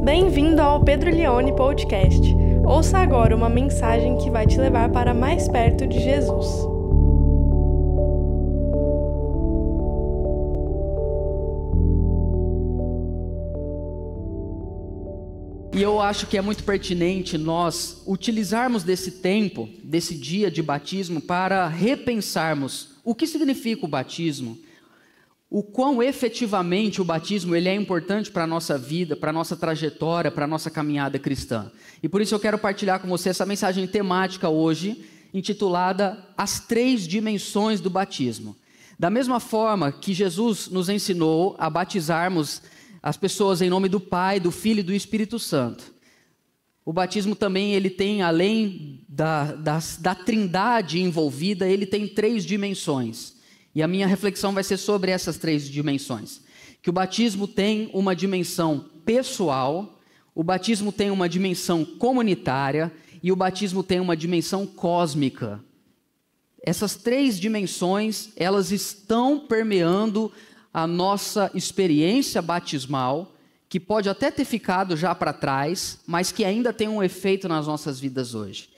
Bem-vindo ao Pedro Leone Podcast. Ouça agora uma mensagem que vai te levar para mais perto de Jesus. E eu acho que é muito pertinente nós utilizarmos desse tempo, desse dia de batismo, para repensarmos o que significa o batismo, o quão efetivamente o batismo ele é importante para a nossa vida, para a nossa trajetória, para a nossa caminhada cristã. E por isso eu quero partilhar com você essa mensagem temática hoje, intitulada As Três Dimensões do Batismo. Da mesma forma que Jesus nos ensinou a batizarmos as pessoas em nome do Pai, do Filho e do Espírito Santo, o batismo também ele tem, além da trindade envolvida, ele tem três dimensões. E a minha reflexão vai ser sobre essas três dimensões. Que o batismo tem uma dimensão pessoal, o batismo tem uma dimensão comunitária e o batismo tem uma dimensão cósmica. Essas três dimensões, elas estão permeando a nossa experiência batismal, que pode até ter ficado já para trás, mas que ainda tem um efeito nas nossas vidas hoje.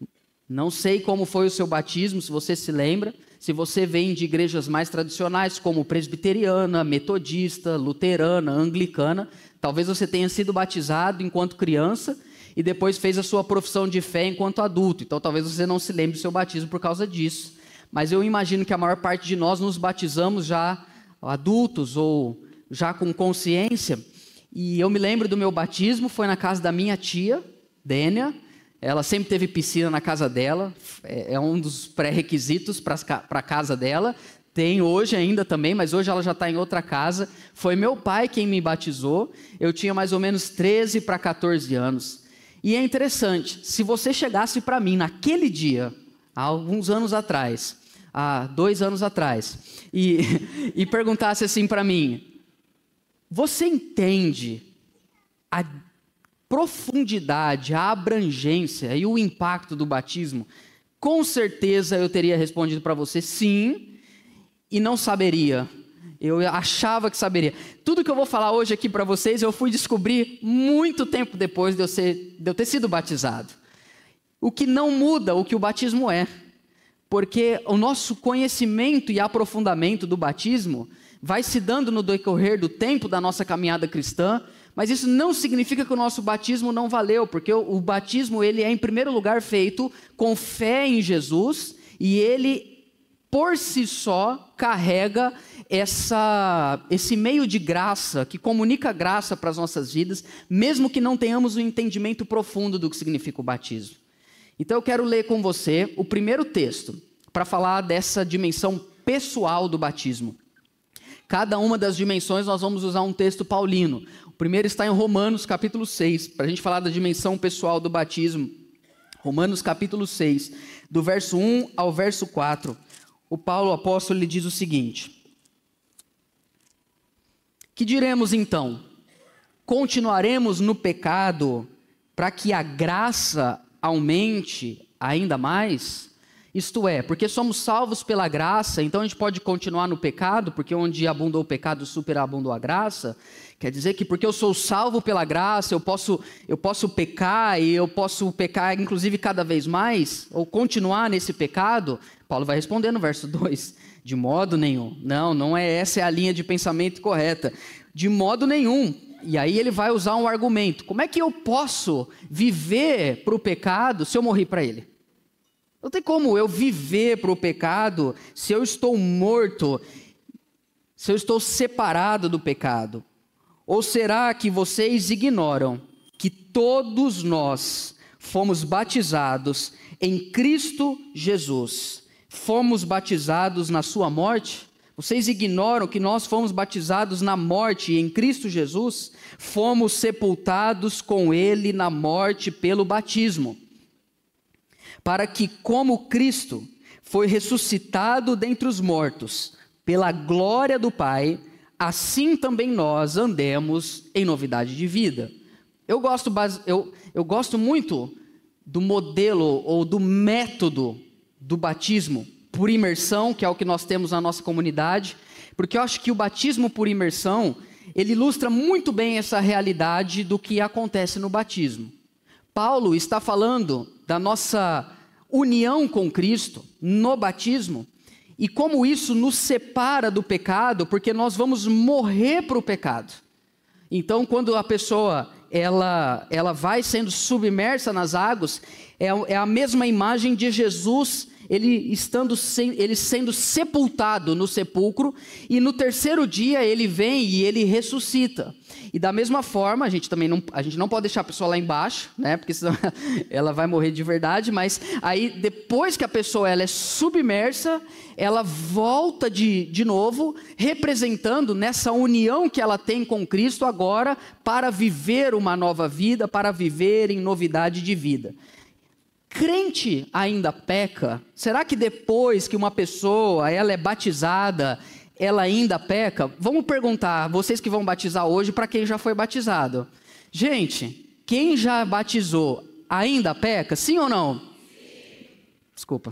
Não sei como foi o seu batismo, se você se lembra. Se você vem de igrejas mais tradicionais, como presbiteriana, metodista, luterana, anglicana, talvez você tenha sido batizado enquanto criança e depois fez a sua profissão de fé enquanto adulto. Então talvez você não se lembre do seu batismo por causa disso. Mas eu imagino que a maior parte de nós nos batizamos já adultos ou já com consciência. E eu me lembro do meu batismo, foi na casa da minha tia, Dênia. Ela sempre teve piscina na casa dela, é um dos pré-requisitos para a casa dela. Tem hoje ainda também, mas hoje ela já está em outra casa. Foi meu pai quem me batizou, eu tinha mais ou menos 13 para 14 anos. E é interessante, se você chegasse para mim naquele dia, há alguns anos atrás, há 2 anos atrás, e perguntasse assim para mim, você entende a profundidade, a abrangência e o impacto do batismo? Com certeza eu teria respondido para você sim, e não saberia. Eu achava que saberia. Tudo que eu vou falar hoje aqui para vocês, eu fui descobrir muito tempo depois de eu ter sido batizado. O que não muda o que o batismo é, porque o nosso conhecimento e aprofundamento do batismo vai se dando no decorrer do tempo da nossa caminhada cristã. Mas isso não significa que o nosso batismo não valeu, porque o batismo ele é em primeiro lugar feito com fé em Jesus e ele por si só carrega esse meio de graça que comunica graça para as nossas vidas, mesmo que não tenhamos um entendimento profundo do que significa o batismo. Então eu quero ler com você o primeiro texto para falar dessa dimensão pessoal do batismo. Cada uma das dimensões nós vamos usar um texto paulino. O primeiro está em Romanos capítulo 6, para a gente falar da dimensão pessoal do batismo. Romanos capítulo 6, do verso 1 ao verso 4. O Paulo, o apóstolo, ele diz o seguinte: que diremos então? Continuaremos no pecado para que a graça aumente ainda mais? Isto é, porque somos salvos pela graça, então a gente pode continuar no pecado, porque onde abundou o pecado, superabundou a graça. Quer dizer que porque eu sou salvo pela graça, eu posso pecar, e eu posso pecar inclusive cada vez mais, ou continuar nesse pecado? Paulo vai responder no verso 2, de modo nenhum. Não é essa a linha de pensamento correta. De modo nenhum. E aí ele vai usar um argumento. Como é que eu posso viver para o pecado se eu morrer para ele? Não tem como eu viver para o pecado se eu estou morto, se eu estou separado do pecado. Ou será que vocês ignoram que todos nós fomos batizados em Cristo Jesus? Fomos batizados na sua morte? Vocês ignoram que nós fomos batizados na morte em Cristo Jesus? Fomos sepultados com Ele na morte pelo batismo, para que, como Cristo foi ressuscitado dentre os mortos, pela glória do Pai, assim também nós andemos em novidade de vida. Eu gosto muito do modelo ou do método do batismo por imersão, que é o que nós temos na nossa comunidade, porque eu acho que o batismo por imersão, ele ilustra muito bem essa realidade do que acontece no batismo. Paulo está falando da nossa união com Cristo no batismo e como isso nos separa do pecado, porque nós vamos morrer para o pecado. Então, quando a pessoa ela vai sendo submersa nas águas, é a mesma imagem de Jesus, ele sendo sepultado no sepulcro, e no terceiro dia ele vem e ele ressuscita. E da mesma forma, a gente não pode deixar a pessoa lá embaixo, né? Porque senão ela vai morrer de verdade, mas aí depois que a pessoa ela é submersa, ela volta de novo, representando nessa união que ela tem com Cristo agora, para viver uma nova vida, para viver em novidade de vida. Crente ainda peca? Será que depois que uma pessoa ela é batizada, ela ainda peca? Vamos perguntar, vocês que vão batizar hoje, para quem já foi batizado. Gente, quem já batizou ainda peca? Sim ou não? Sim. Desculpa.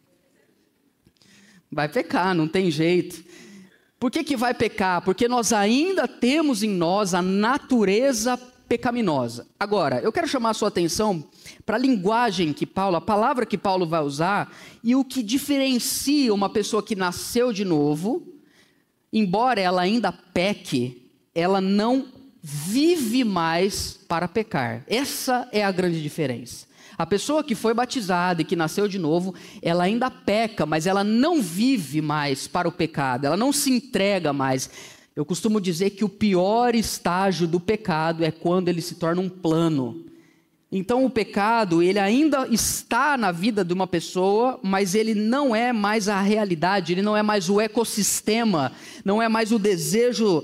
Vai pecar, não tem jeito. Por que vai pecar? Porque nós ainda temos em nós a natureza pecaminosa. Agora, eu quero chamar a sua atenção para a linguagem que Paulo, a palavra que Paulo vai usar, e o que diferencia uma pessoa que nasceu de novo, embora ela ainda peque, ela não vive mais para pecar. Essa é a grande diferença. A pessoa que foi batizada e que nasceu de novo, ela ainda peca, mas ela não vive mais para o pecado, ela não se entrega mais. Eu costumo dizer que o pior estágio do pecado é quando ele se torna um plano. Então o pecado, ele ainda está na vida de uma pessoa, mas ele não é mais a realidade, ele não é mais o ecossistema, não é mais o desejo,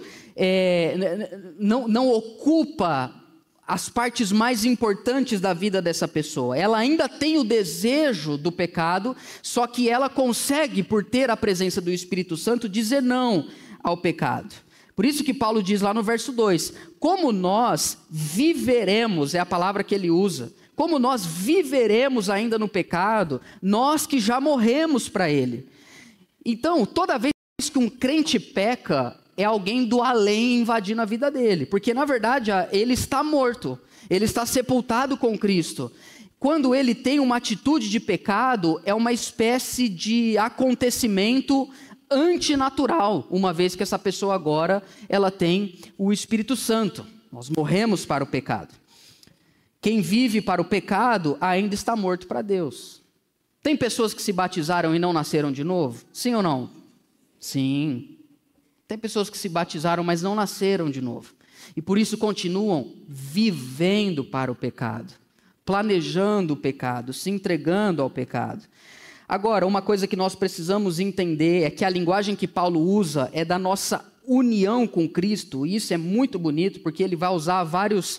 não ocupa as partes mais importantes da vida dessa pessoa. Ela ainda tem o desejo do pecado, só que ela consegue, por ter a presença do Espírito Santo, dizer não ao pecado. Por isso que Paulo diz lá no verso 2, como nós viveremos, é a palavra que ele usa, como nós viveremos ainda no pecado, nós que já morremos para ele. Então, toda vez que um crente peca, é alguém do além invadindo a vida dele, porque na verdade ele está morto, ele está sepultado com Cristo. Quando ele tem uma atitude de pecado, é uma espécie de acontecimento antinatural, uma vez que essa pessoa agora, ela tem o Espírito Santo. Nós morremos para o pecado. Quem vive para o pecado ainda está morto para Deus. Tem pessoas que se batizaram e não nasceram de novo? Sim ou não? Sim. Tem pessoas que se batizaram, mas não nasceram de novo. E por isso continuam vivendo para o pecado, planejando o pecado, se entregando ao pecado. Agora, uma coisa que nós precisamos entender é que a linguagem que Paulo usa é da nossa união com Cristo. E isso é muito bonito, porque ele vai usar várias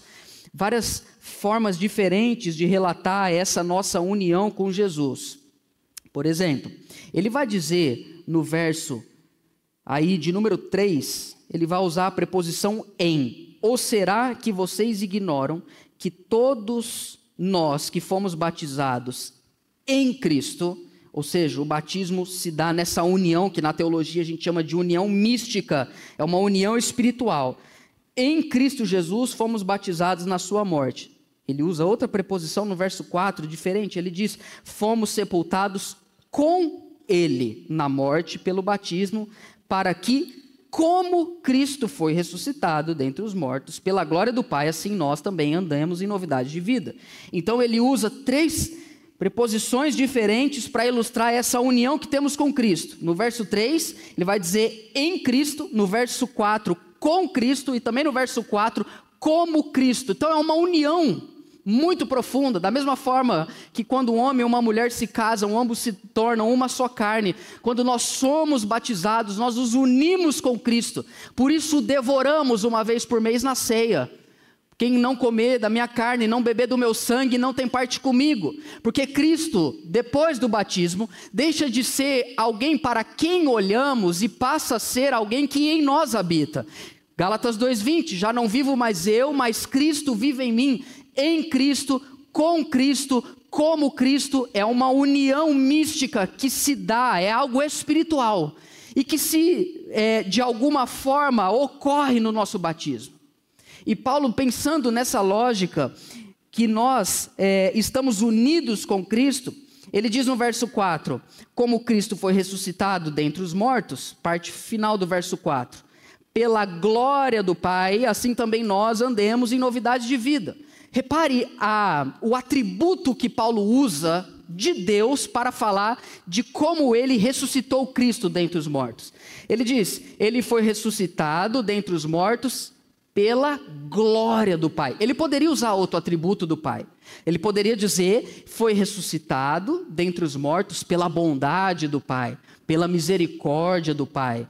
formas diferentes de relatar essa nossa união com Jesus. Por exemplo, ele vai dizer no verso aí de número 3, ele vai usar a preposição em. Ou será que vocês ignoram que todos nós que fomos batizados em Cristo, ou seja, o batismo se dá nessa união que na teologia a gente chama de união mística, é uma união espiritual. Em Cristo Jesus fomos batizados na sua morte. Ele usa outra preposição no verso 4, diferente, ele diz, fomos sepultados com ele na morte pelo batismo, para que, como Cristo foi ressuscitado dentre os mortos, pela glória do Pai, assim nós também andamos em novidade de vida. Então ele usa 3 preposições diferentes para ilustrar essa união que temos com Cristo. No verso 3, ele vai dizer em Cristo, no verso 4, com Cristo, e também no verso 4, como Cristo. Então é uma união muito profunda, da mesma forma que quando um homem e uma mulher se casam, ambos se tornam uma só carne. Quando nós somos batizados, nós nos unimos com Cristo. Por isso devoramos uma vez por mês na ceia. Quem não comer da minha carne, não beber do meu sangue, não tem parte comigo. Porque Cristo, depois do batismo, deixa de ser alguém para quem olhamos e passa a ser alguém que em nós habita. Gálatas 2:20, já não vivo mais eu, mas Cristo vive em mim. Em Cristo, com Cristo, como Cristo, é uma união mística que se dá, é algo espiritual. e que de alguma forma ocorre no nosso batismo. E Paulo, pensando nessa lógica, que nós estamos unidos com Cristo, ele diz no verso 4, como Cristo foi ressuscitado dentre os mortos, parte final do verso 4, pela glória do Pai, assim também nós andemos em novidade de vida. Repare o atributo que Paulo usa de Deus para falar de como ele ressuscitou Cristo dentre os mortos. Ele diz, ele foi ressuscitado dentre os mortos pela glória do Pai. Ele poderia usar outro atributo do Pai. Ele poderia dizer, foi ressuscitado dentre os mortos pela bondade do Pai, pela misericórdia do Pai,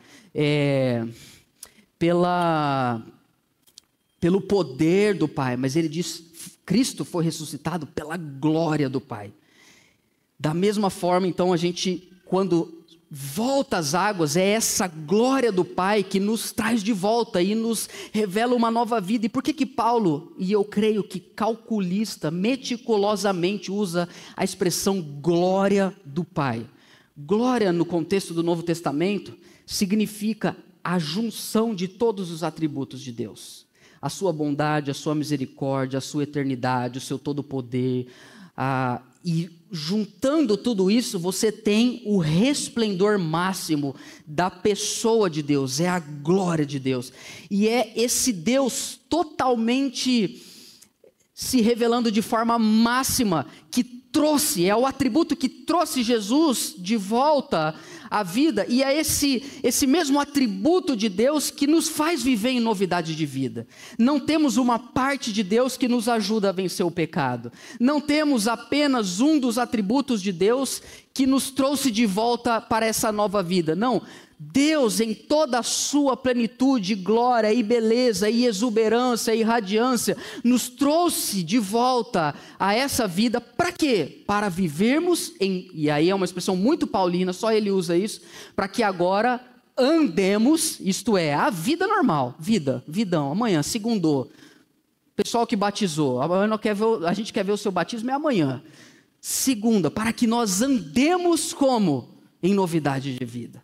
pelo poder do Pai. Mas ele diz, Cristo foi ressuscitado pela glória do Pai. Da mesma forma, então, a gente, quando volta às águas, é essa glória do Pai que nos traz de volta e nos revela uma nova vida. E por que Paulo, e eu creio que calculista, meticulosamente usa a expressão glória do Pai? Glória, no contexto do Novo Testamento, significa a junção de todos os atributos de Deus. A sua bondade, a sua misericórdia, a sua eternidade, o seu todo poder, e juntando tudo isso, você tem o resplendor máximo da pessoa de Deus, é a glória de Deus. E é esse Deus totalmente se revelando de forma máxima, que trouxe, é o atributo que trouxe Jesus de volta à vida, e é esse mesmo atributo de Deus que nos faz viver em novidade de vida. Não temos uma parte de Deus que nos ajuda a vencer o pecado. Não temos apenas um dos atributos de Deus que nos trouxe de volta para essa nova vida. Não, Deus em toda a sua plenitude, glória e beleza e exuberância e radiância, nos trouxe de volta a essa vida, para quê? Para vivermos e aí é uma expressão muito paulina, só ele usa isso, para que agora andemos, isto é, a vida normal, vidão, amanhã, segundou, pessoal que batizou, a gente quer ver o seu batismo é amanhã, segunda, para que nós andemos como? Em novidade de vida.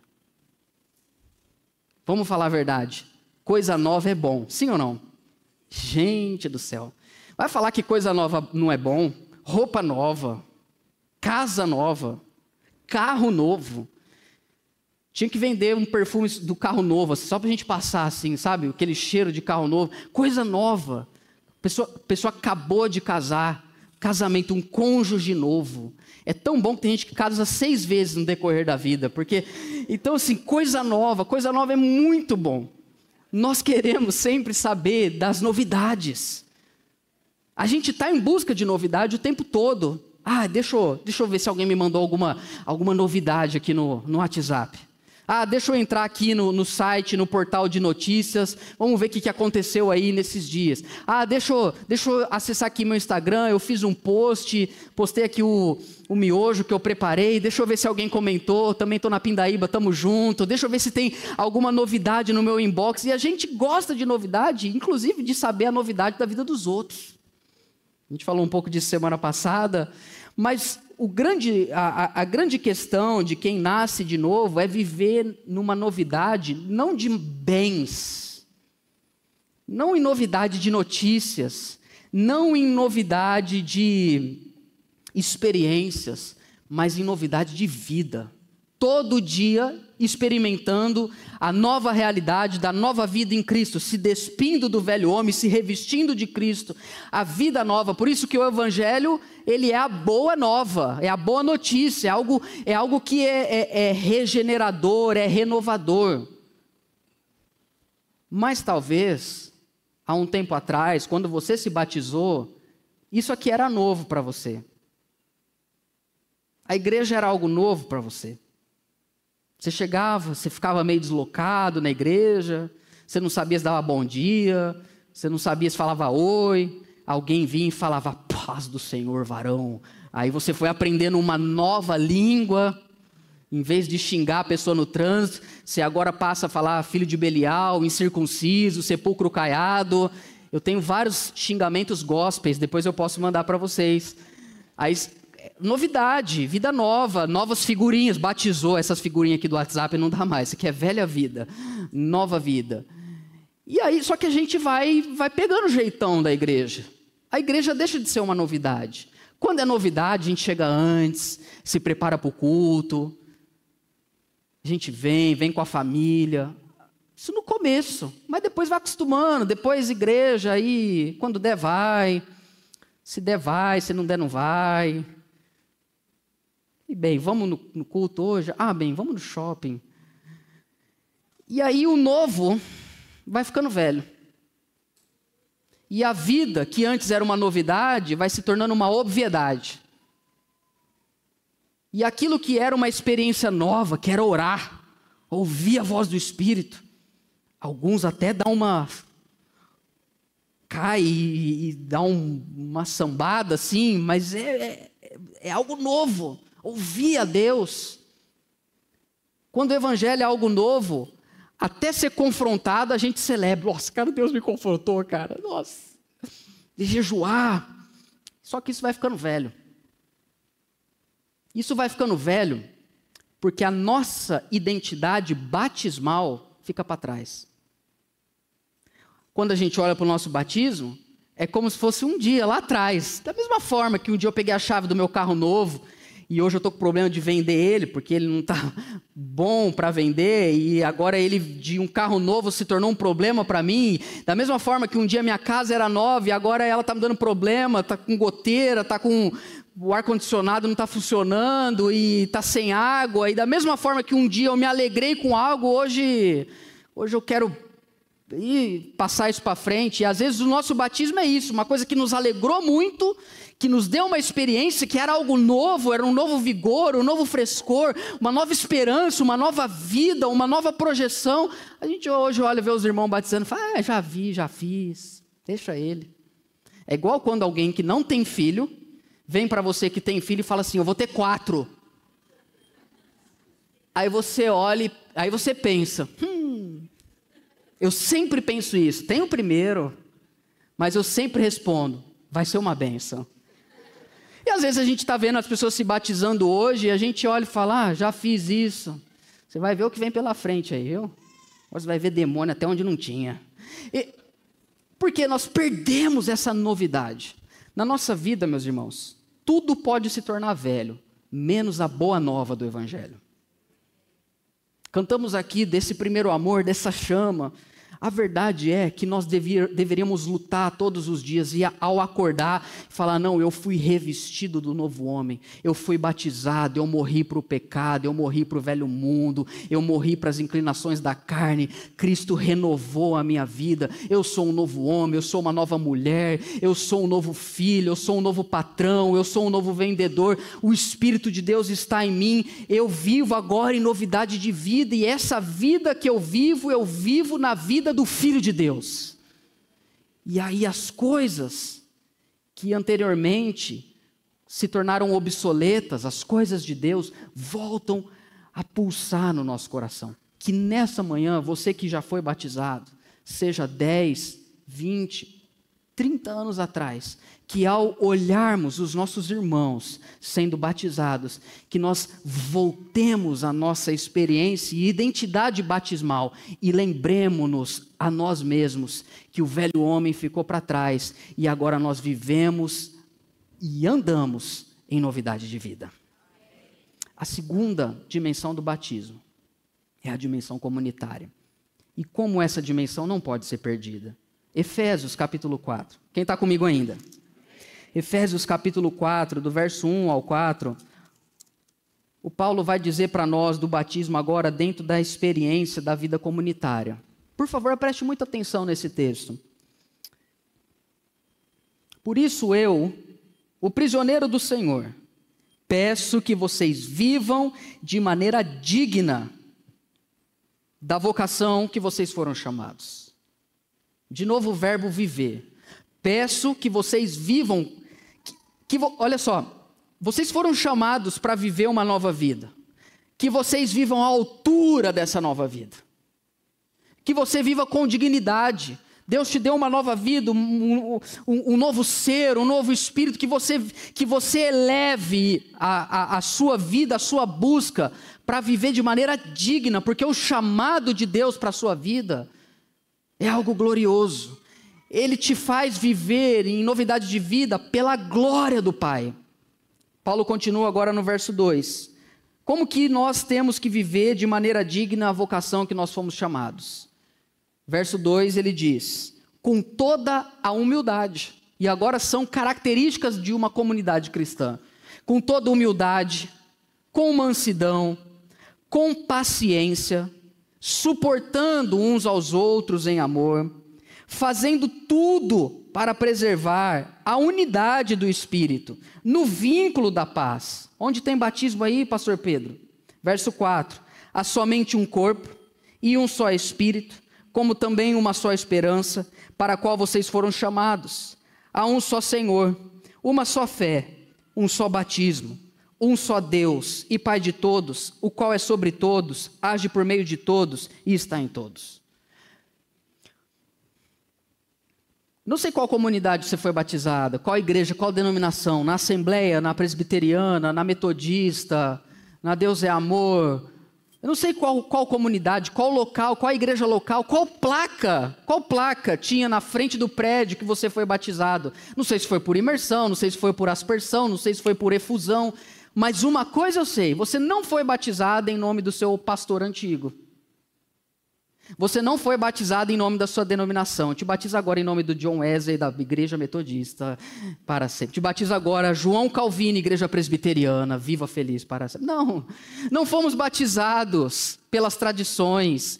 Vamos falar a verdade, coisa nova é bom, sim ou não? Gente do céu, vai falar que coisa nova não é bom? Roupa nova, casa nova, carro novo. Tinha que vender um perfume do carro novo, só para a gente passar assim, sabe? Aquele cheiro de carro novo, coisa nova. Pessoa acabou de casar, casamento, um cônjuge novo. É tão bom que tem gente que casa 6 vezes no decorrer da vida, porque, então assim, coisa nova é muito bom. Nós queremos sempre saber das novidades. A gente está em busca de novidade o tempo todo. Deixa eu ver se alguém me mandou alguma novidade aqui no WhatsApp. Deixa eu entrar aqui no site, no portal de notícias, vamos ver o que aconteceu aí nesses dias. Deixa eu acessar aqui meu Instagram, eu fiz um postei aqui o miojo que eu preparei, deixa eu ver se alguém comentou, também estou na Pindaíba, estamos juntos, deixa eu ver se tem alguma novidade no meu inbox. E a gente gosta de novidade, inclusive de saber a novidade da vida dos outros. A gente falou um pouco disso semana passada, mas a grande questão de quem nasce de novo é viver numa novidade, não de bens, não em novidade de notícias, não em novidade de experiências, mas em novidade de vida. Todo dia experimentando a nova realidade da nova vida em Cristo, se despindo do velho homem, se revestindo de Cristo, a vida nova. Por isso que o Evangelho, ele é a boa nova, é a boa notícia, é algo que é regenerador, é renovador. Mas talvez, há um tempo atrás, quando você se batizou, isso aqui era novo para você. A igreja era algo novo para você. Você chegava, você ficava meio deslocado na igreja, você não sabia se dava bom dia, você não sabia se falava oi, alguém vinha e falava paz do Senhor, varão. Aí você foi aprendendo uma nova língua, em vez de xingar a pessoa no trânsito, você agora passa a falar filho de Belial, incircunciso, sepulcro caiado. Eu tenho vários xingamentos gospels, depois eu posso mandar para vocês. Aí novidade, vida nova, novas figurinhas. Batizou essas figurinhas aqui do WhatsApp, não dá mais. Isso aqui é velha vida, nova vida. E aí, só que a gente vai pegando o jeitão da igreja. A igreja deixa de ser uma novidade. Quando é novidade, a gente chega antes, se prepara para o culto. A gente vem com a família. Isso no começo, mas depois vai acostumando. Depois igreja, aí quando der vai. Se der vai, se não der não vai. E bem, vamos no culto hoje? Ah, bem, vamos no shopping. E aí o novo vai ficando velho. E a vida, que antes era uma novidade, vai se tornando uma obviedade. E aquilo que era uma experiência nova, que era orar, ouvir a voz do Espírito, alguns até dão cai e dá uma sambada assim, mas é algo novo, ouvir a Deus. Quando o evangelho é algo novo, até ser confrontado, a gente celebra. Nossa, cara, Deus me confrontou, cara. Nossa, de jejuar. Só que isso vai ficando velho. Isso vai ficando velho porque a nossa identidade batismal fica para trás. Quando a gente olha para o nosso batismo, é como se fosse um dia lá atrás. Da mesma forma que um dia eu peguei a chave do meu carro novo e hoje eu estou com problema de vender ele, porque ele não está bom para vender, e agora ele de um carro novo se tornou um problema para mim. Da mesma forma que um dia minha casa era nova e agora ela está me dando problema, está com goteira, está com o ar-condicionado não está funcionando e está sem água. E da mesma forma que um dia eu me alegrei com algo, hoje eu quero passar isso para frente. E às vezes o nosso batismo é isso, uma coisa que nos alegrou muito, que nos deu uma experiência, que era algo novo, era um novo vigor, um novo frescor, uma nova esperança, uma nova vida, uma nova projeção. A gente hoje olha e vê os irmãos batizando e fala, já vi, já fiz, deixa ele. É igual quando alguém que não tem filho, vem para você que tem filho e fala assim, eu vou ter 4. Aí você olha, aí você pensa, eu sempre penso isso, tem o primeiro, mas eu sempre respondo, vai ser uma bênção. E às vezes a gente está vendo as pessoas se batizando hoje, e a gente olha e fala, já fiz isso. Você vai ver o que vem pela frente aí, viu? Você vai ver demônio até onde não tinha. Porque nós perdemos essa novidade. Na nossa vida, meus irmãos, tudo pode se tornar velho, menos a boa nova do Evangelho. Cantamos aqui desse primeiro amor, dessa chama. A verdade é que nós deveríamos lutar todos os dias e ao acordar, falar, não, eu fui revestido do novo homem, eu fui batizado, eu morri para o pecado, eu morri para o velho mundo, eu morri para as inclinações da carne, Cristo renovou a minha vida, eu sou um novo homem, eu sou uma nova mulher, eu sou um novo filho, eu sou um novo patrão, eu sou um novo vendedor, o Espírito de Deus está em mim, eu vivo agora em novidade de vida, e essa vida que eu vivo na vida do Filho de Deus. E aí as coisas que anteriormente se tornaram obsoletas, as coisas de Deus voltam a pulsar no nosso coração. Que nessa manhã, você que já foi batizado, seja 10, 20, 30 anos atrás, que ao olharmos os nossos irmãos sendo batizados, que nós voltemos à nossa experiência e identidade batismal e lembremos-nos a nós mesmos que o velho homem ficou para trás e agora nós vivemos e andamos em novidade de vida. A segunda dimensão do batismo é a dimensão comunitária. E como essa dimensão não pode ser perdida? Efésios capítulo 4. Quem está comigo ainda? Efésios capítulo 4, do verso 1 ao 4, o Paulo vai dizer para nós do batismo agora dentro da experiência da vida comunitária. Por favor, preste muita atenção nesse texto. Por isso eu, o prisioneiro do Senhor, peço que vocês vivam de maneira digna da vocação que vocês foram chamados. De novo o verbo viver. Peço que vocês vivam, olha só, vocês foram chamados para viver uma nova vida. Que vocês vivam à altura dessa nova vida. Que você viva com dignidade. Deus te deu uma nova vida, um novo ser, um novo espírito, que você eleve a sua vida, a sua busca, para viver de maneira digna, porque o chamado de Deus para a sua vida é algo glorioso. Ele te faz viver em novidade de vida pela glória do Pai. Paulo continua agora no verso 2. Como que nós temos que viver de maneira digna a vocação que nós fomos chamados? Verso 2 ele diz, com toda a humildade. E agora são características de uma comunidade cristã. Com toda humildade, com mansidão, com paciência, suportando uns aos outros em amor, fazendo tudo para preservar a unidade do Espírito, no vínculo da paz. Onde tem batismo aí, pastor Pedro? Verso 4, há somente um corpo e um só Espírito, como também uma só esperança, para a qual vocês foram chamados. Há um só Senhor, uma só fé, um só batismo, um só Deus e Pai de todos, o qual é sobre todos, age por meio de todos e está em todos. Não sei qual comunidade você foi batizada, qual igreja, qual denominação, na Assembleia, na Presbiteriana, na Metodista, na Deus é Amor. Eu não sei qual comunidade, qual local, qual igreja local, qual placa tinha na frente do prédio que você foi batizado. Não sei se foi por imersão, não sei se foi por aspersão, não sei se foi por efusão, mas uma coisa eu sei, você não foi batizado em nome do seu pastor antigo. Você não foi batizado em nome da sua denominação. Eu te batizo agora em nome do John Wesley, da Igreja Metodista, para sempre. Te batizo agora João Calvino, Igreja Presbiteriana, viva feliz para sempre. Não fomos batizados pelas tradições.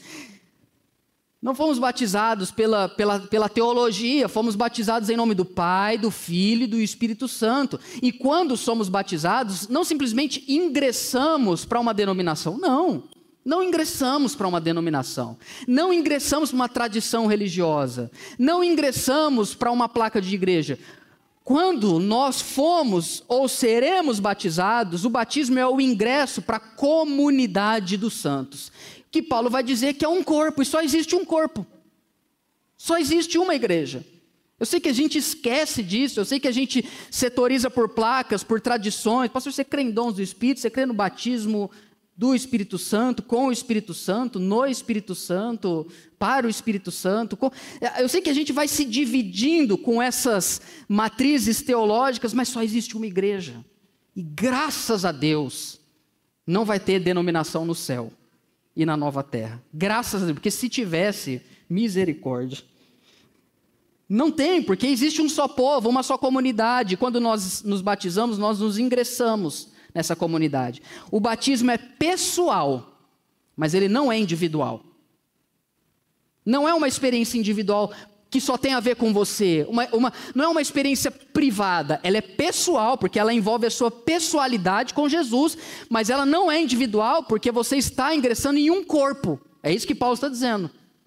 Não fomos batizados pela teologia. Fomos batizados em nome do Pai, do Filho e do Espírito Santo. E quando somos batizados, não simplesmente ingressamos para uma denominação, Não ingressamos para uma denominação, não ingressamos para uma tradição religiosa, não ingressamos para uma placa de igreja. Quando nós fomos ou seremos batizados, o batismo é o ingresso para a comunidade dos santos, que Paulo vai dizer que é um corpo, e só existe um corpo, só existe uma igreja. Eu sei que a gente esquece disso, eu sei que a gente setoriza por placas, por tradições. Pastor, você crê em dons do Espírito, você crê no batismo do Espírito Santo, com o Espírito Santo, no Espírito Santo, para o Espírito Santo. Eu sei que a gente vai se dividindo com essas matrizes teológicas, mas só existe uma igreja. E graças a Deus, não vai ter denominação no céu e na nova terra. Graças a Deus, porque se tivesse, misericórdia. Não tem, porque existe um só povo, uma só comunidade. Quando nós nos batizamos, nós nos ingressamos nessa comunidade. O batismo é pessoal, mas ele não é individual. Não é uma experiência individual que só tem a ver com você. Não é uma experiência privada, ela é pessoal, porque ela envolve a sua pessoalidade com Jesus, mas ela não é individual, porque você está ingressando em um corpo. É isso que Paulo está dizendo.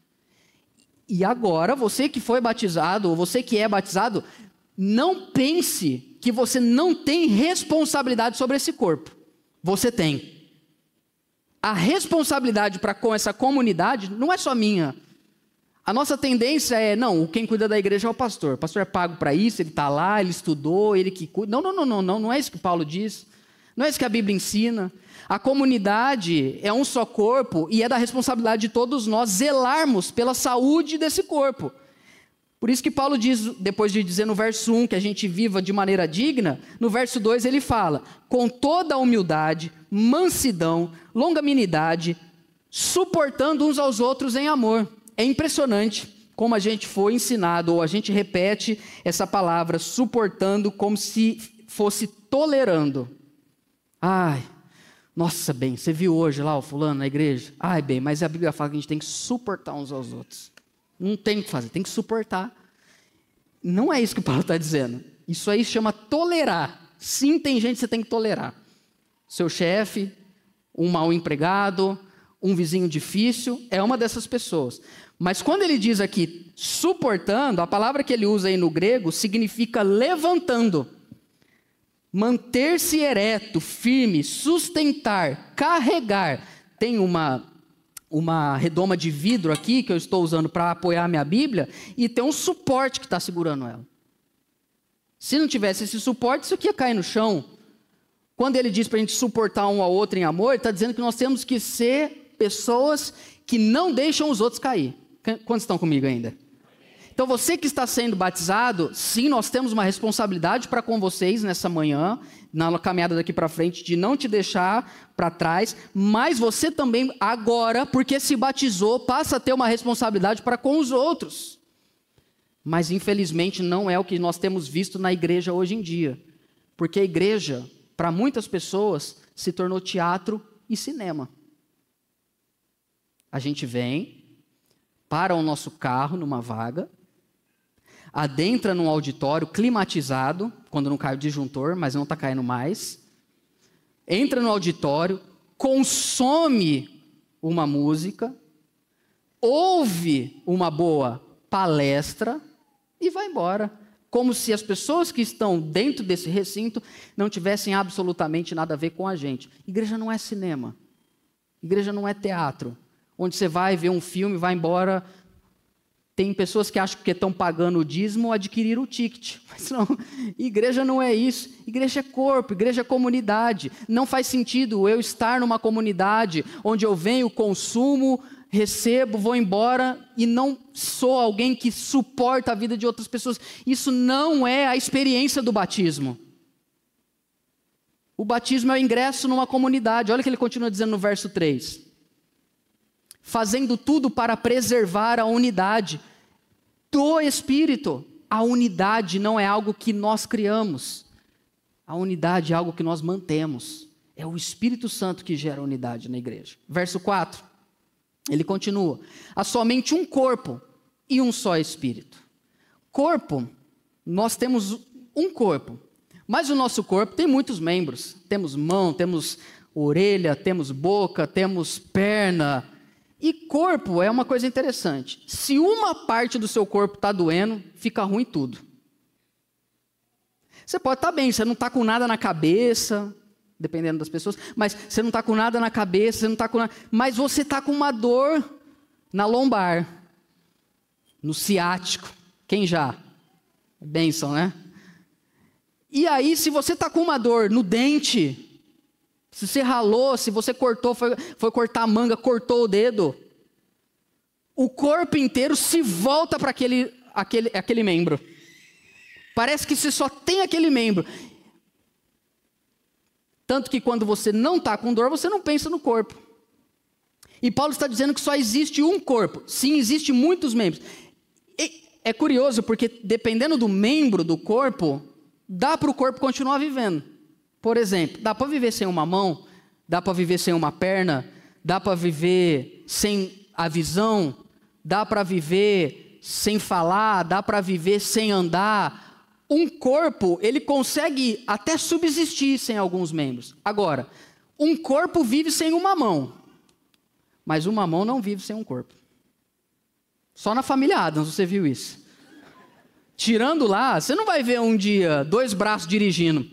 E agora, você que foi batizado, ou você que é batizado, não pense que você não tem responsabilidade sobre esse corpo. Você tem. A responsabilidade para com essa comunidade não é só minha. A nossa tendência é, quem cuida da igreja é o pastor. O pastor é pago para isso, ele está lá, ele estudou, ele que cuida. Não é isso que Paulo diz. Não é isso que a Bíblia ensina. A comunidade é um só corpo e é da responsabilidade de todos nós zelarmos pela saúde desse corpo. Por isso que Paulo diz, depois de dizer no verso 1 que a gente viva de maneira digna, no verso 2 ele fala, com toda a humildade, mansidão, longanimidade, suportando uns aos outros em amor. É impressionante como a gente foi ensinado, ou a gente repete essa palavra, suportando, como se fosse tolerando. Nossa, bem, você viu hoje lá o fulano na igreja? Bem, mas a Bíblia fala que a gente tem que suportar uns aos outros. Não tem o que fazer, tem que suportar. Não é isso que Paulo está dizendo. Isso aí chama tolerar. Sim, tem gente que você tem que tolerar. Seu chefe, um mau empregado, um vizinho difícil, é uma dessas pessoas. Mas quando ele diz aqui suportando, a palavra que ele usa aí no grego significa levantando. Manter-se ereto, firme, sustentar, carregar. Tem uma uma redoma de vidro aqui, que eu estou usando para apoiar a minha Bíblia, e tem um suporte que está segurando ela. Se não tivesse esse suporte, isso aqui ia cair no chão. Quando ele diz para a gente suportar um ao outro em amor, ele está dizendo que nós temos que ser pessoas que não deixam os outros cair. Quantos estão comigo ainda? Então, você que está sendo batizado, sim, nós temos uma responsabilidade para com vocês nessa manhã, na caminhada daqui para frente, de não te deixar para trás, mas você também agora, porque se batizou, passa a ter uma responsabilidade para com os outros. Mas, infelizmente, não é o que nós temos visto na igreja hoje em dia. Porque a igreja, para muitas pessoas, se tornou teatro e cinema. A gente vem, para o nosso carro numa vaga, adentra num auditório climatizado, quando não cai o disjuntor, mas não está caindo mais. Entra no auditório, consome uma música, ouve uma boa palestra e vai embora. Como se as pessoas que estão dentro desse recinto não tivessem absolutamente nada a ver com a gente. Igreja não é cinema. Igreja não é teatro, onde você vai ver um filme, vai embora. Tem pessoas que acham que estão pagando o dízimo, adquirir o ticket. Mas não, igreja não é isso. Igreja é corpo, igreja é comunidade. Não faz sentido eu estar numa comunidade onde eu venho, consumo, recebo, vou embora e não sou alguém que suporta a vida de outras pessoas. Isso não é a experiência do batismo. O batismo é o ingresso numa comunidade. Olha o que ele continua dizendo no verso 3. Fazendo tudo para preservar a unidade do Espírito. A unidade não é algo que nós criamos. A unidade é algo que nós mantemos. É o Espírito Santo que gera unidade na igreja. Verso 4, ele continua. Há somente um corpo e um só Espírito. Corpo, nós temos um corpo. Mas o nosso corpo tem muitos membros. Temos mão, temos orelha, temos boca, temos perna. E corpo é uma coisa interessante. Se uma parte do seu corpo está doendo, fica ruim tudo. Você pode estar bem, você não está com nada na cabeça, dependendo das pessoas, mas você não está com nada na cabeça, você não está com nada, mas você está com uma dor na lombar, no ciático. Quem já? Bênção, né? E aí, se você está com uma dor no dente, se você ralou, se você cortou, foi cortar a manga, cortou o dedo, o corpo inteiro se volta para aquele membro. Parece que você só tem aquele membro. Tanto que quando você não está com dor, você não pensa no corpo. E Paulo está dizendo que só existe um corpo. Sim, existem muitos membros. E é curioso, porque dependendo do membro do corpo, dá para o corpo continuar vivendo. Por exemplo, dá para viver sem uma mão, dá para viver sem uma perna, dá para viver sem a visão, dá para viver sem falar, dá para viver sem andar. Um corpo, ele consegue até subsistir sem alguns membros. Agora, um corpo vive sem uma mão, mas uma mão não vive sem um corpo. Só na família Adams você viu isso. Tirando lá, você não vai ver um dia 2 braços dirigindo.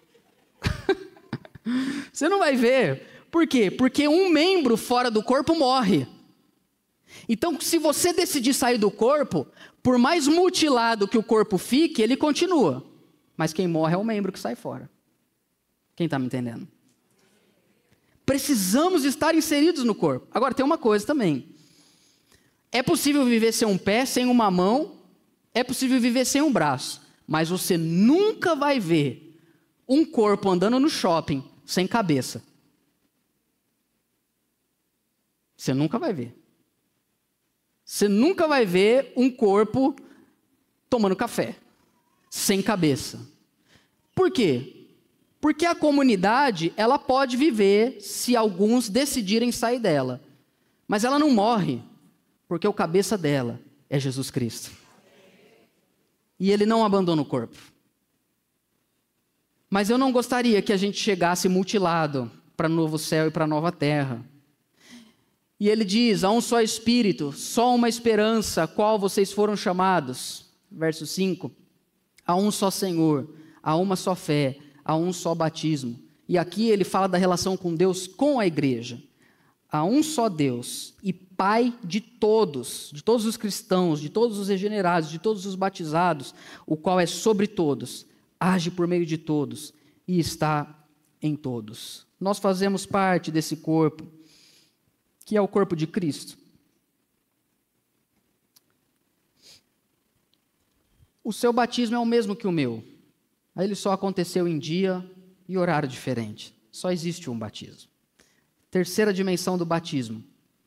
Você não vai ver. Por quê? Porque um membro fora do corpo morre. Então, se você decidir sair do corpo, por mais mutilado que o corpo fique, ele continua. Mas quem morre é o membro que sai fora. Quem está me entendendo? Precisamos estar inseridos no corpo. Agora, tem uma coisa também. É possível viver sem um pé, sem uma mão. É possível viver sem um braço. Mas você nunca vai ver um corpo andando no shopping sem cabeça. Você nunca vai ver. Você nunca vai ver um corpo tomando café sem cabeça. Por quê? Porque a comunidade, ela pode viver se alguns decidirem sair dela. Mas ela não morre, porque o cabeça dela é Jesus Cristo. E ele não abandona o corpo. Mas eu não gostaria que a gente chegasse mutilado para o novo céu e para a nova terra. E ele diz, há um só Espírito, só uma esperança, a qual vocês foram chamados. Verso 5, há um só Senhor, há uma só fé, há um só batismo. E aqui ele fala da relação com Deus, com a igreja. a um só Deus e Pai de todos os cristãos, de todos os regenerados, de todos os batizados, o qual é sobre todos, age por meio de todos e está em todos. Nós fazemos parte desse corpo, que é o corpo de Cristo. O seu batismo é o mesmo que o meu. Aí ele só aconteceu em dia e horário diferente. Só existe um batismo. Terceira dimensão do batismo.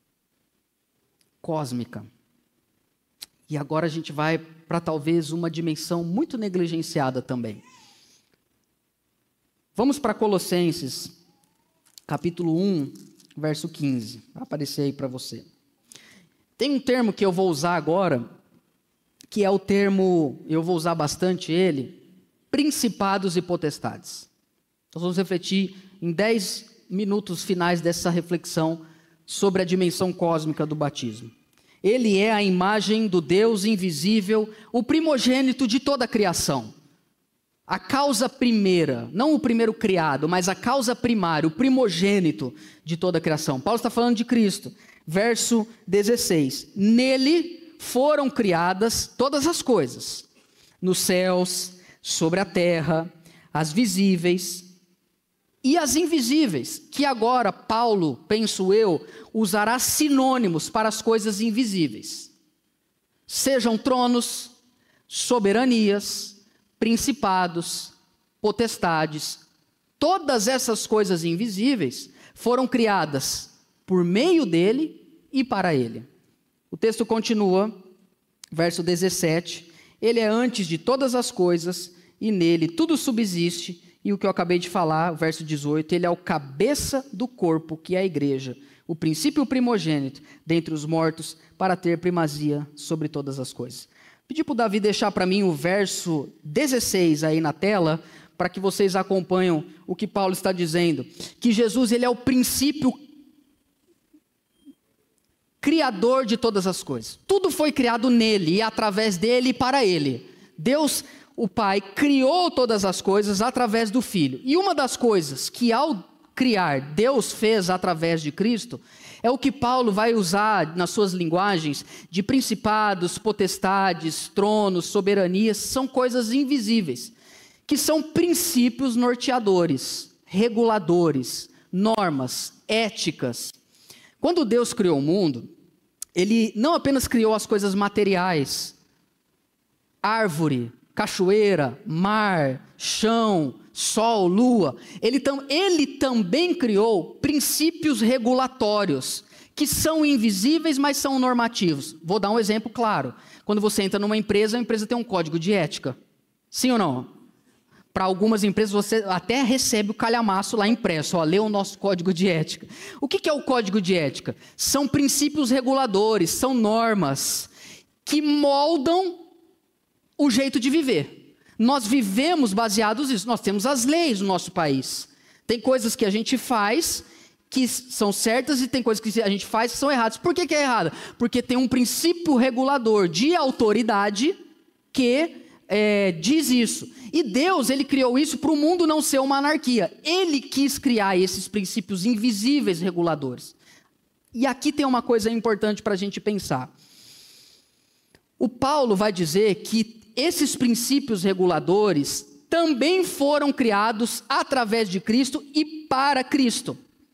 Cósmica. E agora a gente vai para talvez uma dimensão muito negligenciada também. Vamos para Colossenses, capítulo 1, verso 15. Vai aparecer aí para você. Tem um termo que eu vou usar agora, que é o termo, eu vou usar bastante ele, principados e potestades. Nós vamos refletir em 10 minutos finais dessa reflexão sobre a dimensão cósmica do batismo. Ele é a imagem do Deus invisível, o primogênito de toda a criação. A causa primeira, não o primeiro criado, mas a causa primária, o primogênito de toda a criação. Paulo está falando de Cristo. Verso 16. Nele foram criadas todas as coisas, nos céus, sobre a terra, as visíveis e as invisíveis, que agora Paulo, penso eu, usará sinônimos para as coisas invisíveis. Sejam tronos, soberanias, principados, potestades, todas essas coisas invisíveis foram criadas por meio dele e para ele. O texto continua, verso 17, ele é antes de todas as coisas e nele tudo subsiste, e o que eu acabei de falar, o verso 18, ele é o cabeça do corpo, que é a igreja, o princípio primogênito dentre os mortos, para ter primazia sobre todas as coisas. Pedi para o Davi deixar para mim o verso 16 aí na tela, para que vocês acompanhem o que Paulo está dizendo. Que Jesus, ele é o princípio criador de todas as coisas. Tudo foi criado nele e através dele e para ele. Deus, o Pai, criou todas as coisas através do Filho. E uma das coisas que ao criar Deus fez através de Cristo é o que Paulo vai usar nas suas linguagens de principados, potestades, tronos, soberanias, são coisas invisíveis, que são princípios norteadores, reguladores, normas, éticas. Quando Deus criou o mundo, ele não apenas criou as coisas materiais, árvore, cachoeira, mar, chão, sol, lua, ele também criou princípios regulatórios, que são invisíveis, mas são normativos. Vou dar um exemplo claro. Quando você entra numa empresa, a empresa tem um código de ética. Sim ou não? Para algumas empresas, você até recebe o calhamaço lá impresso. Ó, lê o nosso código de ética. O que é o código de ética? São princípios reguladores, são normas que moldam o jeito de viver. Nós vivemos baseados nisso. Nós temos as leis no nosso país. Tem coisas que a gente faz que são certas e tem coisas que a gente faz que são erradas. Por que é errada? Porque tem um princípio regulador de autoridade que diz isso. E Deus, ele criou isso para o mundo não ser uma anarquia. Ele quis criar esses princípios invisíveis reguladores. E aqui tem uma coisa importante para a gente pensar. O Paulo vai dizer que esses princípios reguladores também foram criados através de Cristo e para Cristo.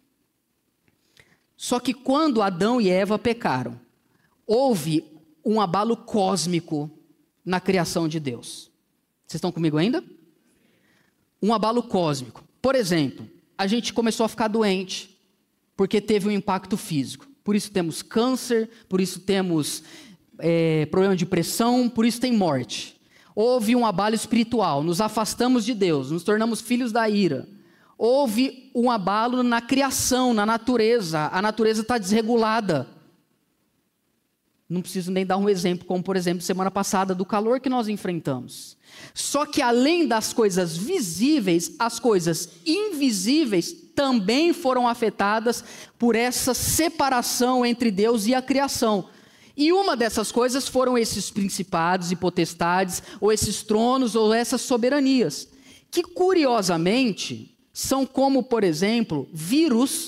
Só que quando Adão e Eva pecaram, houve um abalo cósmico na criação de Deus. Vocês estão comigo ainda? Um abalo cósmico. Por exemplo, a gente começou a ficar doente, porque teve um impacto físico. Por isso temos câncer, por isso temos problema de pressão, por isso tem morte. Houve um abalo espiritual, nos afastamos de Deus, nos tornamos filhos da ira. Houve um abalo na criação, na natureza, a natureza está desregulada. Não preciso nem dar um exemplo, como por exemplo, semana passada, do calor que nós enfrentamos. Só que além das coisas visíveis, as coisas invisíveis também foram afetadas por essa separação entre Deus e a criação. E uma dessas coisas foram esses principados e potestades, ou esses tronos, ou essas soberanias, que curiosamente são como, por exemplo, vírus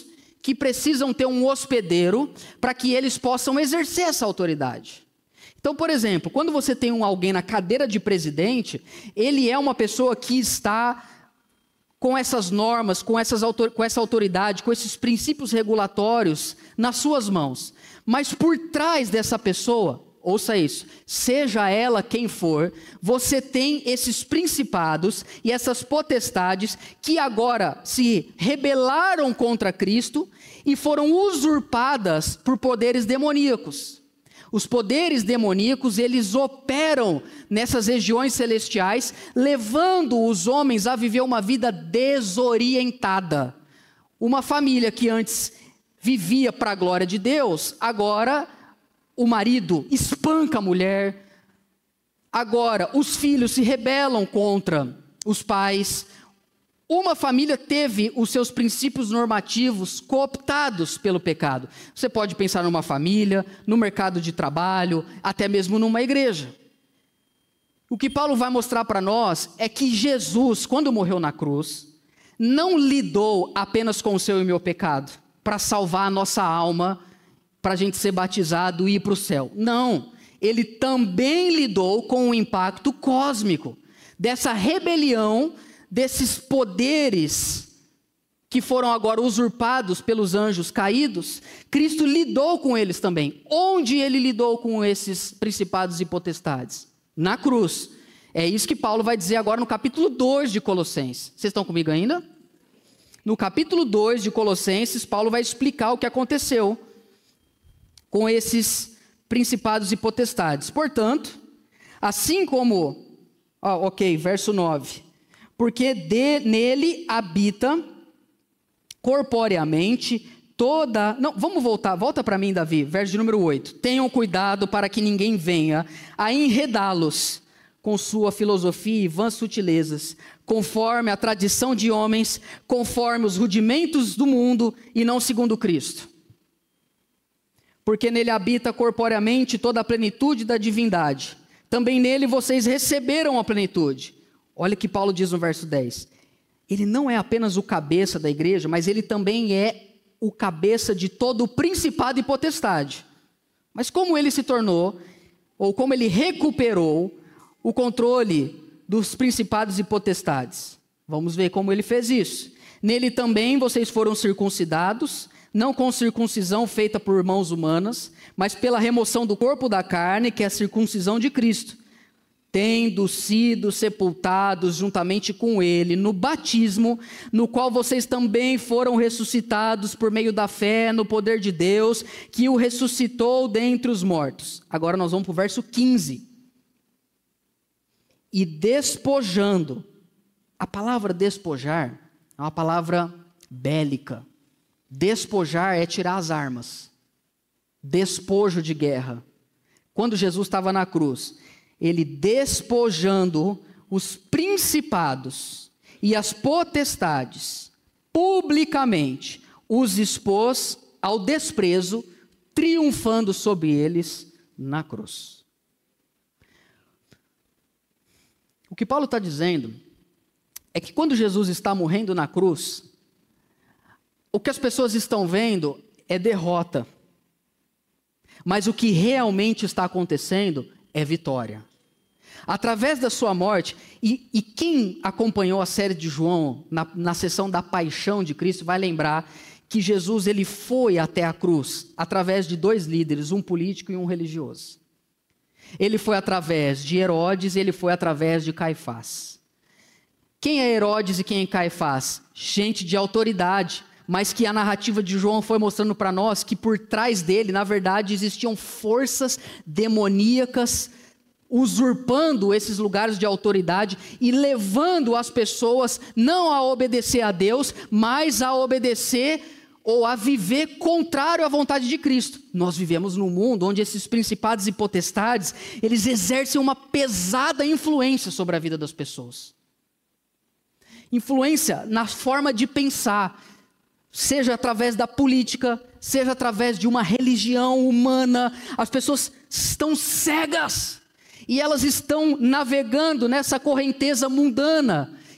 que precisam ter um hospedeiro para que eles possam exercer essa autoridade. Então, por exemplo, quando você tem alguém na cadeira de presidente, ele é uma pessoa que está com essas normas, com essa autoridade, com esses princípios regulatórios nas suas mãos. Mas por trás dessa pessoa, ouça isso, seja ela quem for, você tem esses principados e essas potestades que agora se rebelaram contra Cristo e foram usurpadas por poderes demoníacos. Os poderes demoníacos, eles operam nessas regiões celestiais, levando os homens a viver uma vida desorientada. Uma família que antes vivia para a glória de Deus, agora o marido espanca a mulher, agora os filhos se rebelam contra os pais. Uma família teve os seus princípios normativos cooptados pelo pecado. Você pode pensar numa família, no mercado de trabalho, até mesmo numa igreja. O que Paulo vai mostrar para nós é que Jesus, quando morreu na cruz, não lidou apenas com o seu e meu pecado, para salvar a nossa alma, para a gente ser batizado e ir para o céu. Não, ele também lidou com o impacto cósmico, dessa rebelião, desses poderes que foram agora usurpados pelos anjos caídos. Cristo lidou com eles também. Onde ele lidou com esses principados e potestades? Na cruz. É isso que Paulo vai dizer agora no capítulo 2 de Colossenses. Vocês estão comigo ainda? No capítulo 2 de Colossenses, Paulo vai explicar o que aconteceu com esses principados e potestades. Portanto, assim como... verso 9... Porque nele habita corporeamente toda... Não, vamos volta para mim, Davi, verso de número 8. Tenham cuidado para que ninguém venha a enredá-los com sua filosofia e vãs sutilezas, conforme a tradição de homens, conforme os rudimentos do mundo e não segundo Cristo. Porque nele habita corporeamente toda a plenitude da divindade. Também nele vocês receberam a plenitude. Olha o que Paulo diz no verso 10. Ele não é apenas o cabeça da igreja, mas ele também é o cabeça de todo o principado e potestade. Mas como ele se tornou, ou como ele recuperou o controle dos principados e potestades? Vamos ver como ele fez isso. Nele também vocês foram circuncidados, não com circuncisão feita por mãos humanas, mas pela remoção do corpo da carne, que é a circuncisão de Cristo, tendo sido sepultados juntamente com ele no batismo, no qual vocês também foram ressuscitados por meio da fé no poder de Deus, que o ressuscitou dentre os mortos. Agora nós vamos para o verso 15. E despojando, a palavra despojar é uma palavra bélica. Despojar é tirar as armas. Despojo de guerra. Quando Jesus estava na cruz, ele despojando os principados e as potestades, publicamente os expôs ao desprezo, triunfando sobre eles na cruz. O que Paulo está dizendo é que quando Jesus está morrendo na cruz, o que as pessoas estão vendo é derrota. Mas o que realmente está acontecendo é vitória. Através da sua morte, e quem acompanhou a série de João na sessão da paixão de Cristo vai lembrar que Jesus ele foi até a cruz através de dois líderes, um político e um religioso. Ele foi através de Herodes e ele foi através de Caifás. Quem é Herodes e quem é Caifás? Gente de autoridade, mas que a narrativa de João foi mostrando para nós que por trás dele, na verdade, existiam forças demoníacas usurpando esses lugares de autoridade e levando as pessoas não a obedecer a Deus, mas a obedecer ou a viver contrário à vontade de Cristo. Nós vivemos num mundo onde esses principados e potestades, eles exercem uma pesada influência sobre a vida das pessoas. Influência na forma de pensar, seja através da política, seja através de uma religião humana. As pessoas estão cegas e elas estão navegando nessa correnteza mundana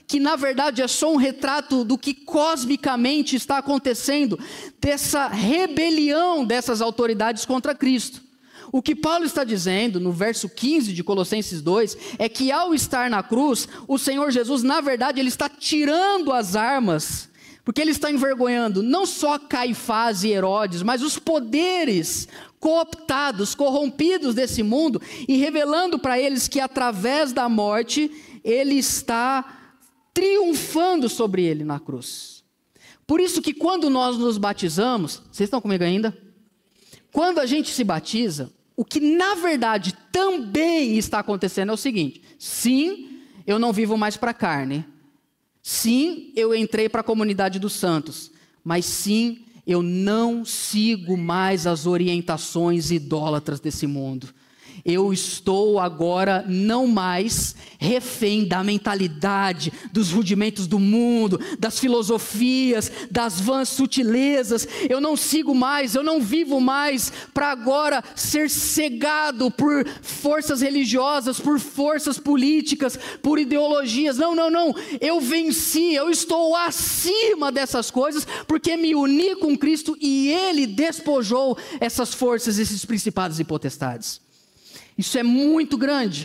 que na verdade é só um retrato do que cosmicamente está acontecendo, dessa rebelião dessas autoridades contra Cristo. O que Paulo está dizendo no verso 15 de Colossenses 2 é que ao estar na cruz, o Senhor Jesus, na verdade, ele está tirando as armas, porque ele está envergonhando não só Caifás e Herodes, mas os poderes cooptados, corrompidos desse mundo, e revelando para eles que através da morte, ele está triunfando sobre ele na cruz. Por isso que quando nós nos batizamos, vocês estão comigo ainda? Quando a gente se batiza, o que na verdade também está acontecendo é o seguinte: sim, eu não vivo mais para a carne. Sim, eu entrei para a comunidade dos santos. Mas sim, eu não sigo mais as orientações idólatras desse mundo. Eu estou agora não mais refém da mentalidade, dos rudimentos do mundo, das filosofias, das vãs sutilezas. Eu não sigo mais, eu não vivo mais para agora ser cegado por forças religiosas, por forças políticas, por ideologias. Não. Eu venci, eu estou acima dessas coisas, porque me uni com Cristo e Ele despojou essas forças, esses principados e potestades. Isso é muito grande.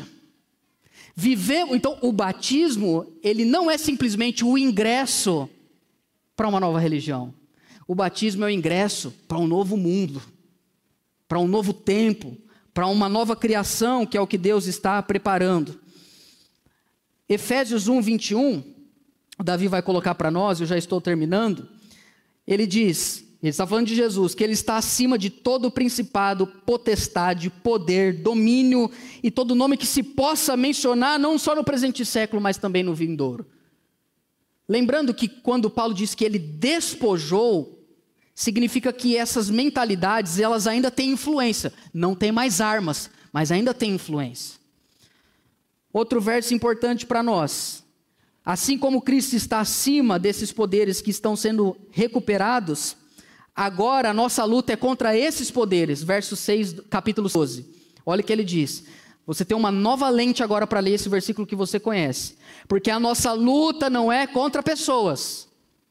Então, o batismo, ele não é simplesmente o ingresso para uma nova religião. O batismo é o ingresso para um novo mundo, para um novo tempo, para uma nova criação, que é o que Deus está preparando. Efésios 1, 21, o Davi vai colocar para nós, eu já estou terminando. Ele diz... Ele está falando de Jesus, que ele está acima de todo principado, potestade, poder, domínio e todo nome que se possa mencionar, não só no presente século, mas também no vindouro. Lembrando que quando Paulo diz que ele despojou, significa que essas mentalidades, elas ainda têm influência. Não tem mais armas, mas ainda têm influência. Outro verso importante para nós. Assim como Cristo está acima desses poderes que estão sendo recuperados, agora a nossa luta é contra esses poderes. Verso 6, capítulo 12. Olha o que ele diz. Você tem uma nova lente agora para ler esse versículo que você conhece. Porque a nossa luta não é contra pessoas,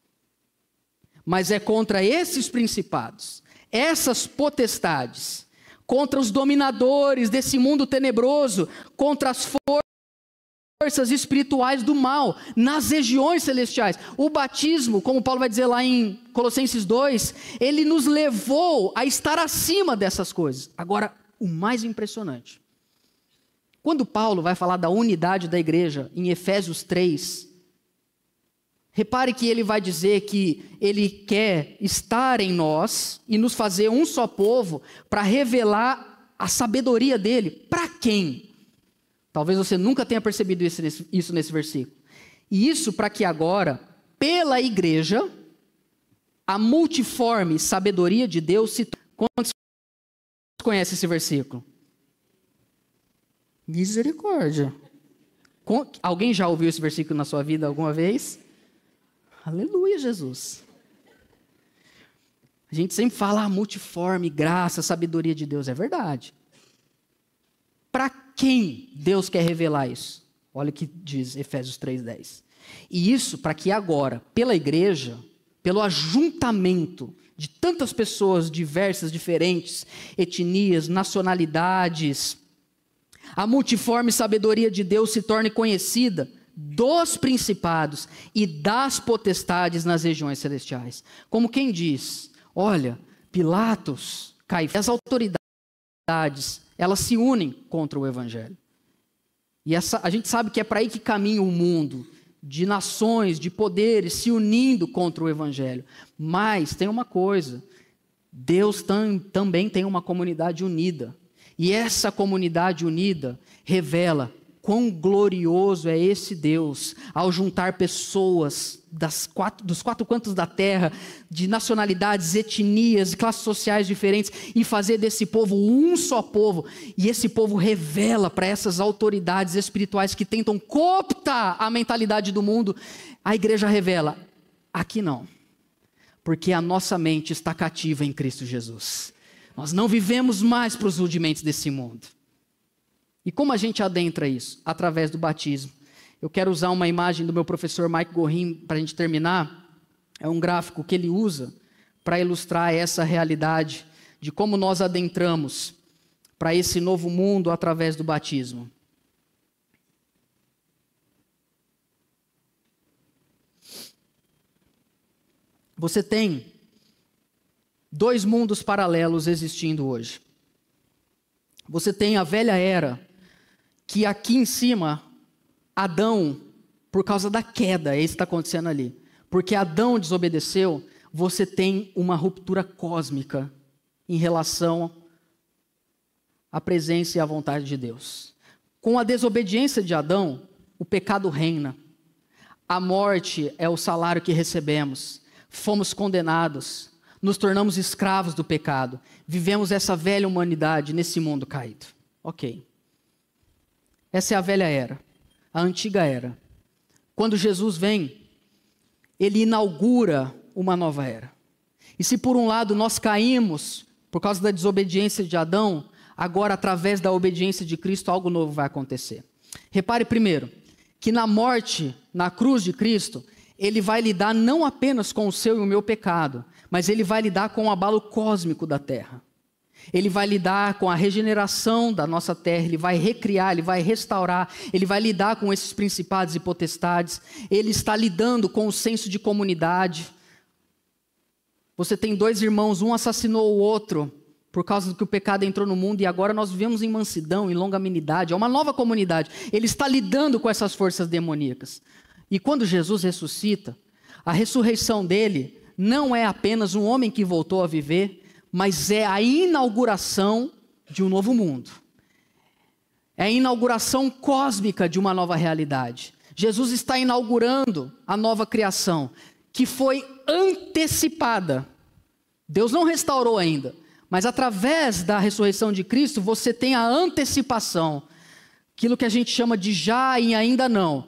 mas é contra esses principados, essas potestades, contra os dominadores desse mundo tenebroso, contra as forças espirituais do mal, nas regiões celestiais. O batismo, como Paulo vai dizer lá em Colossenses 2, ele nos levou a estar acima dessas coisas. Agora, o mais impressionante, quando Paulo vai falar da unidade da igreja, em Efésios 3, repare que ele vai dizer que ele quer estar em nós e nos fazer um só povo para revelar a sabedoria dele. Para quem? Talvez você nunca tenha percebido isso nesse versículo. E isso para que agora, pela igreja, a multiforme sabedoria de Deus se... Quantos conhecem esse versículo? Misericórdia. Alguém já ouviu esse versículo na sua vida alguma vez? Aleluia, Jesus. A gente sempre fala multiforme, graça, sabedoria de Deus. É verdade. Para quem Deus quer revelar isso? Olha o que diz Efésios 3:10. E isso para que agora, pela igreja, pelo ajuntamento de tantas pessoas diversas, diferentes, etnias, nacionalidades, a multiforme sabedoria de Deus se torne conhecida dos principados e das potestades nas regiões celestiais. Como quem diz, olha, Pilatos, Caifás, as autoridades, elas se unem contra o evangelho. E a gente sabe que é para aí que caminha o mundo, de nações, de poderes, se unindo contra o evangelho. Mas tem uma coisa, Deus também tem uma comunidade unida. E essa comunidade unida revela quão glorioso é esse Deus ao juntar pessoas dos quatro cantos da terra, de nacionalidades, etnias, classes sociais diferentes, e fazer desse povo um só povo. E esse povo revela para essas autoridades espirituais que tentam cooptar a mentalidade do mundo, a igreja revela, aqui não, porque a nossa mente está cativa em Cristo Jesus. Nós não vivemos mais para os rudimentos desse mundo. E como a gente adentra isso? Através do batismo. Eu quero usar uma imagem do meu professor Mike Gorin para a gente terminar. É um gráfico que ele usa para ilustrar essa realidade de como nós adentramos para esse novo mundo através do batismo. Você tem 2 mundos paralelos existindo hoje. Você tem a velha era, que aqui em cima, Adão, por causa da queda, é isso que está acontecendo ali. Porque Adão desobedeceu, você tem uma ruptura cósmica em relação à presença e à vontade de Deus. Com a desobediência de Adão, o pecado reina. A morte é o salário que recebemos. Fomos condenados, nos tornamos escravos do pecado. Vivemos essa velha humanidade nesse mundo caído. Ok. Essa é a velha era, a antiga era. Quando Jesus vem, ele inaugura uma nova era. E se por um lado nós caímos por causa da desobediência de Adão, agora através da obediência de Cristo algo novo vai acontecer. Repare primeiro, que na morte, na cruz de Cristo, ele vai lidar não apenas com o seu e o meu pecado, mas ele vai lidar com o abalo cósmico da terra. Ele vai lidar com a regeneração da nossa terra, ele vai recriar, ele vai restaurar, ele vai lidar com esses principados e potestades, ele está lidando com o senso de comunidade. Você tem 2 irmãos, um assassinou o outro por causa do que o pecado entrou no mundo e agora nós vivemos em mansidão, em longanimidade, é uma nova comunidade. Ele está lidando com essas forças demoníacas. E quando Jesus ressuscita, a ressurreição dele não é apenas um homem que voltou a viver, mas é a inauguração de um novo mundo. É a inauguração cósmica de uma nova realidade. Jesus está inaugurando a nova criação, que foi antecipada. Deus não restaurou ainda, mas através da ressurreição de Cristo, você tem a antecipação. Aquilo que a gente chama de já e ainda não.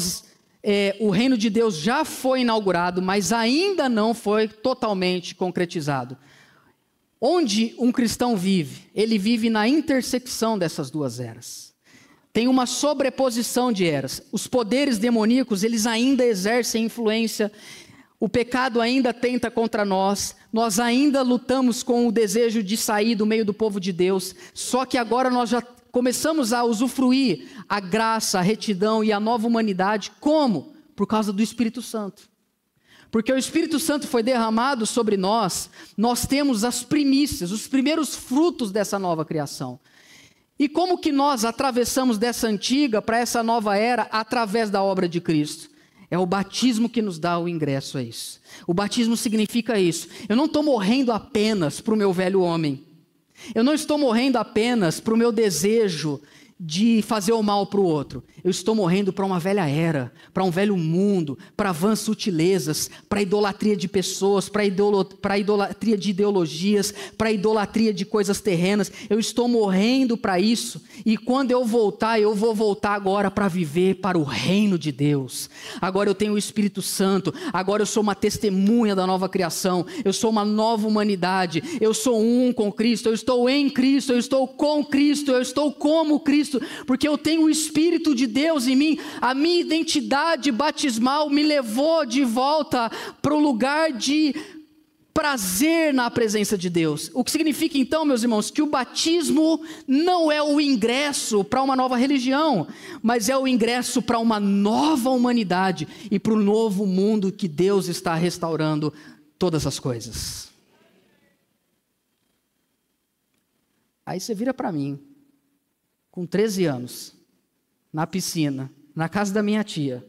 O reino de Deus já foi inaugurado, mas ainda não foi totalmente concretizado. Onde um cristão vive? Ele vive na intersecção dessas 2 eras. Tem uma sobreposição de eras. Os poderes demoníacos, eles ainda exercem influência. O pecado ainda tenta contra nós. Nós ainda lutamos com o desejo de sair do meio do povo de Deus. Só que agora nós já começamos a usufruir a graça, a retidão e a nova humanidade. Como? Por causa do Espírito Santo. Porque o Espírito Santo foi derramado sobre nós, nós temos as primícias, os primeiros frutos dessa nova criação. E como que nós atravessamos dessa antiga para essa nova era através da obra de Cristo? É o batismo que nos dá o ingresso a isso. O batismo significa isso. Eu não estou morrendo apenas para o meu velho homem. Eu não estou morrendo apenas para o meu desejo de fazer o mal para o outro. Eu estou morrendo para uma velha era, para um velho mundo, para vãs sutilezas, para idolatria de pessoas, para idolatria de ideologias, para idolatria de coisas terrenas. Eu estou morrendo para isso. E quando eu voltar, eu vou voltar agora para viver para o reino de Deus. Agora eu tenho o Espírito Santo. Agora eu sou uma testemunha da nova criação. Eu sou uma nova humanidade. Eu sou um com Cristo. Eu estou em Cristo. Eu estou com Cristo. Eu estou como Cristo. Porque eu tenho o Espírito de Deus em mim. A minha identidade batismal me levou de volta para o lugar de prazer na presença de Deus. O que significa então, meus irmãos, que o batismo não é o ingresso para uma nova religião, mas é o ingresso para uma nova humanidade e para o novo mundo que Deus está restaurando todas as coisas. Aí você vira para mim, com 13 anos, na piscina, na casa da minha tia,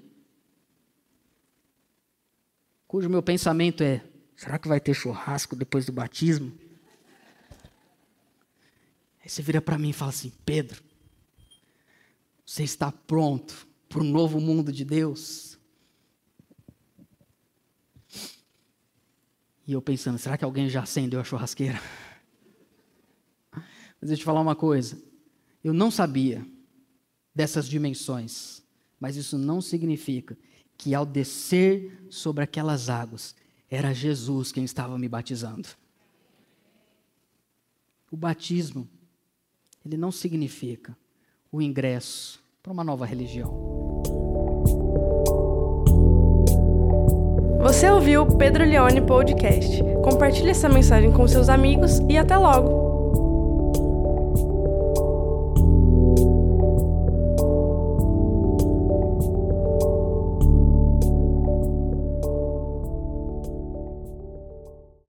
cujo meu pensamento é: será que vai ter churrasco depois do batismo? Aí você vira para mim e fala assim: Pedro, você está pronto para o novo mundo de Deus? E eu pensando: será que alguém já acendeu a churrasqueira? Mas deixa eu te falar uma coisa. Eu não sabia dessas dimensões, mas isso não significa que ao descer sobre aquelas águas, era Jesus quem estava me batizando. O batismo, ele não significa o ingresso para uma nova religião. Você ouviu o Pedro Leone Podcast. Compartilhe essa mensagem com seus amigos e até logo!